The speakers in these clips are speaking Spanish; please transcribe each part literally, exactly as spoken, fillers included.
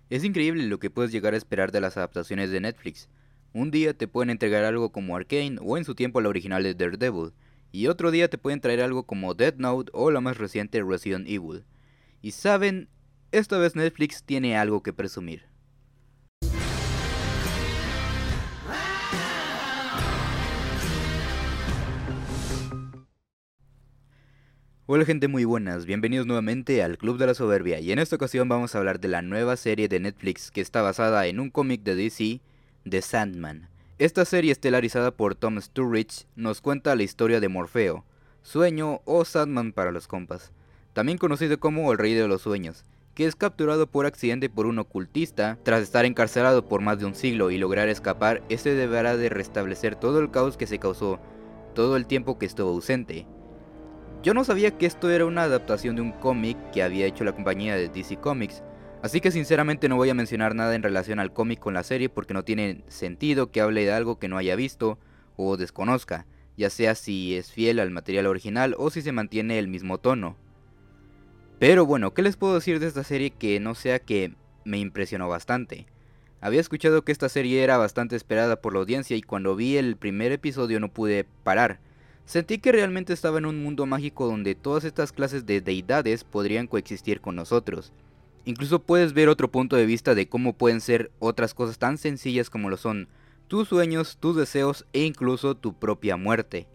Es increíble lo que puedes llegar a esperar de las adaptaciones de Netflix. Un día te pueden entregar algo como Arcane o en su tiempo la original de Daredevil, y otro día te pueden traer algo como Death Note o la más reciente Resident Evil. Y saben, esta vez Netflix tiene algo que presumir. Hola gente muy buenas, bienvenidos nuevamente al Club de la Soberbia y en esta ocasión vamos a hablar de la nueva serie de Netflix que está basada en un cómic de D C, The Sandman. Esta serie estelarizada por Tom Sturridge nos cuenta la historia de Morfeo, Sueño o Sandman para los compas, también conocido como el Rey de los Sueños, que es capturado por accidente por un ocultista. Tras estar encarcelado por más de un siglo y lograr escapar, este deberá de restablecer todo el caos que se causó todo el tiempo que estuvo ausente. Yo no sabía que esto era una adaptación de un cómic que había hecho la compañía de D C Comics, así que sinceramente no voy a mencionar nada en relación al cómic con la serie porque no tiene sentido que hable de algo que no haya visto o desconozca, ya sea si es fiel al material original o si se mantiene el mismo tono. Pero bueno, ¿qué les puedo decir de esta serie que no sea que me impresionó bastante? Había escuchado que esta serie era bastante esperada por la audiencia y cuando vi el primer episodio no pude parar. Sentí que realmente estaba en un mundo mágico donde todas estas clases de deidades podrían coexistir con nosotros. Incluso puedes ver otro punto de vista de cómo pueden ser otras cosas tan sencillas como lo son tus sueños, tus deseos e incluso tu propia muerte.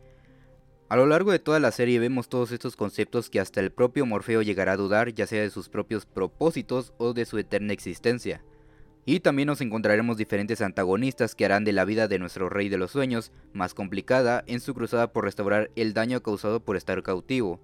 A lo largo de toda la serie vemos todos estos conceptos que hasta el propio Morfeo llegará a dudar, ya sea de sus propios propósitos o de su eterna existencia. Y también nos encontraremos diferentes antagonistas que harán de la vida de nuestro Rey de los Sueños más complicada en su cruzada por restaurar el daño causado por estar cautivo.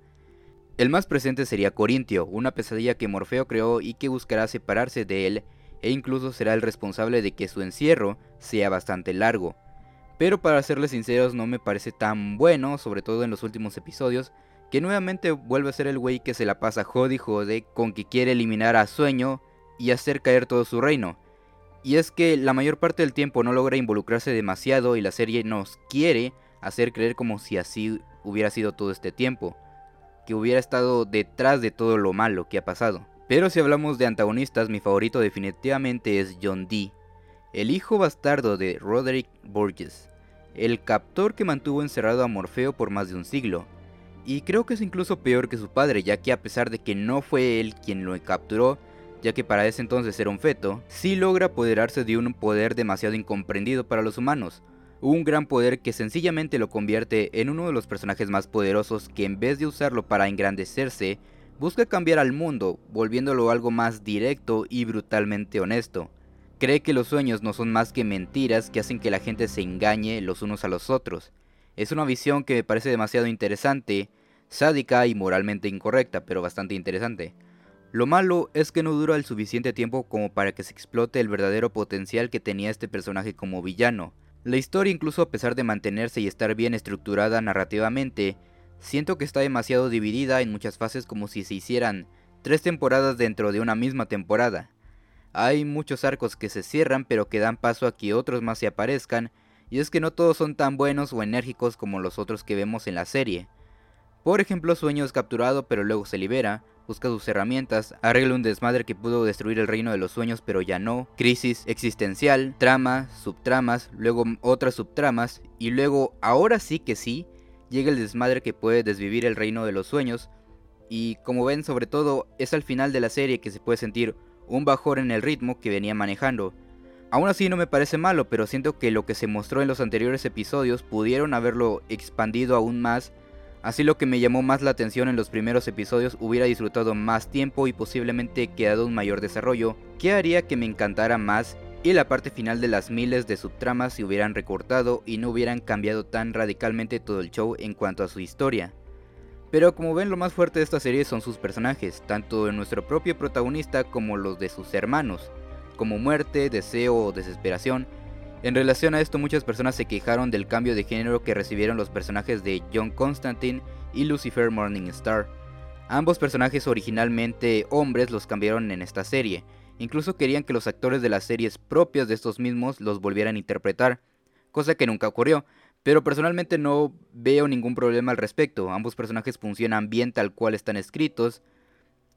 El más presente sería Corintio, una pesadilla que Morfeo creó y que buscará separarse de él, e incluso será el responsable de que su encierro sea bastante largo. Pero para serles sinceros no me parece tan bueno, sobre todo en los últimos episodios, que nuevamente vuelve a ser el güey que se la pasa jode y jode con que quiere eliminar a Sueño y hacer caer todo su reino. Y es que la mayor parte del tiempo no logra involucrarse demasiado y la serie nos quiere hacer creer como si así hubiera sido todo este tiempo, que hubiera estado detrás de todo lo malo que ha pasado. Pero si hablamos de antagonistas, mi favorito definitivamente es John Dee, el hijo bastardo de Roderick Burgess, el captor que mantuvo encerrado a Morfeo por más de un siglo. Y creo que es incluso peor que su padre, ya que a pesar de que no fue él quien lo capturó, ya que para ese entonces era un feto, sí logra apoderarse de un poder demasiado incomprendido para los humanos. Un gran poder que sencillamente lo convierte en uno de los personajes más poderosos que en vez de usarlo para engrandecerse, busca cambiar al mundo, volviéndolo algo más directo y brutalmente honesto. Cree que los sueños no son más que mentiras que hacen que la gente se engañe los unos a los otros. Es una visión que me parece demasiado interesante, sádica y moralmente incorrecta, pero bastante interesante. Lo malo es que no dura el suficiente tiempo como para que se explote el verdadero potencial que tenía este personaje como villano. La historia, incluso a pesar de mantenerse y estar bien estructurada narrativamente, siento que está demasiado dividida en muchas fases como si se hicieran tres temporadas dentro de una misma temporada. Hay muchos arcos que se cierran pero que dan paso a que otros más se aparezcan, y es que no todos son tan buenos o enérgicos como los otros que vemos en la serie. Por ejemplo, Sueño es capturado pero luego se libera, busca sus herramientas, arregla un desmadre que pudo destruir el reino de los sueños pero ya no, crisis existencial, trama, subtramas, luego otras subtramas y luego, ahora sí que sí, llega el desmadre que puede desvivir el reino de los sueños. Y como ven, sobre todo es al final de la serie que se puede sentir un bajón en el ritmo que venía manejando. Aún así no me parece malo, pero siento que lo que se mostró en los anteriores episodios pudieron haberlo expandido aún más. Así lo que me llamó más la atención en los primeros episodios hubiera disfrutado más tiempo y posiblemente quedado un mayor desarrollo, que haría que me encantara más, y la parte final de las miles de subtramas se hubieran recortado y no hubieran cambiado tan radicalmente todo el show en cuanto a su historia. Pero como ven, lo más fuerte de esta serie son sus personajes, tanto de nuestro propio protagonista como los de sus hermanos, como muerte, deseo o desesperación. En relación a esto, muchas personas se quejaron del cambio de género que recibieron los personajes de John Constantine y Lucifer Morningstar. Ambos personajes originalmente hombres los cambiaron en esta serie, incluso querían que los actores de las series propias de estos mismos los volvieran a interpretar, cosa que nunca ocurrió. Pero personalmente no veo ningún problema al respecto, ambos personajes funcionan bien tal cual están escritos.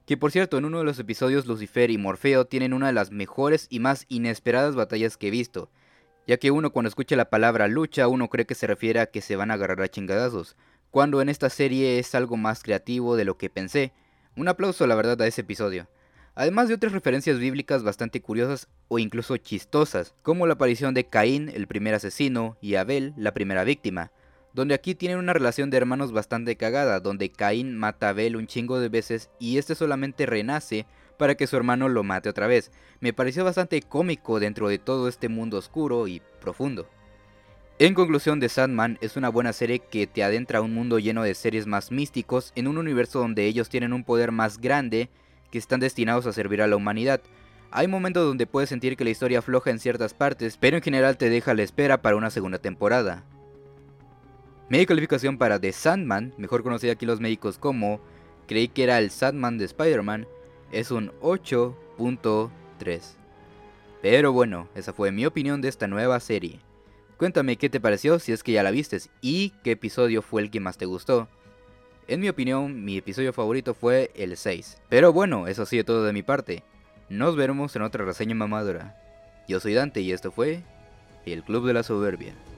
Que por cierto, en uno de los episodios Lucifer y Morfeo tienen una de las mejores y más inesperadas batallas que he visto, ya que uno cuando escucha la palabra lucha, uno cree que se refiere a que se van a agarrar a chingadazos, cuando en esta serie es algo más creativo de lo que pensé. Un aplauso la verdad a ese episodio. Además de otras referencias bíblicas bastante curiosas o incluso chistosas, como la aparición de Caín, el primer asesino, y Abel, la primera víctima, donde aquí tienen una relación de hermanos bastante cagada, donde Caín mata a Abel un chingo de veces y este solamente renace para que su hermano lo mate otra vez. Me pareció bastante cómico dentro de todo este mundo oscuro y profundo. En conclusión, The Sandman es una buena serie que te adentra a un mundo lleno de seres más místicos en un universo donde ellos tienen un poder más grande que están destinados a servir a la humanidad. Hay momentos donde puedes sentir que la historia afloja en ciertas partes, pero en general te deja a la espera para una segunda temporada. Mi calificación para The Sandman, mejor conocida aquí los médicos como creí que era el Sandman de Spider-Man, es un ocho punto tres. Pero bueno, esa fue mi opinión de esta nueva serie. Cuéntame qué te pareció si es que ya la vistes y qué episodio fue el que más te gustó. En mi opinión, mi episodio favorito fue el seis. Pero bueno, eso ha sido todo de mi parte. Nos veremos en otra reseña mamadora. Yo soy Dante y esto fue El Club de la Soberbia.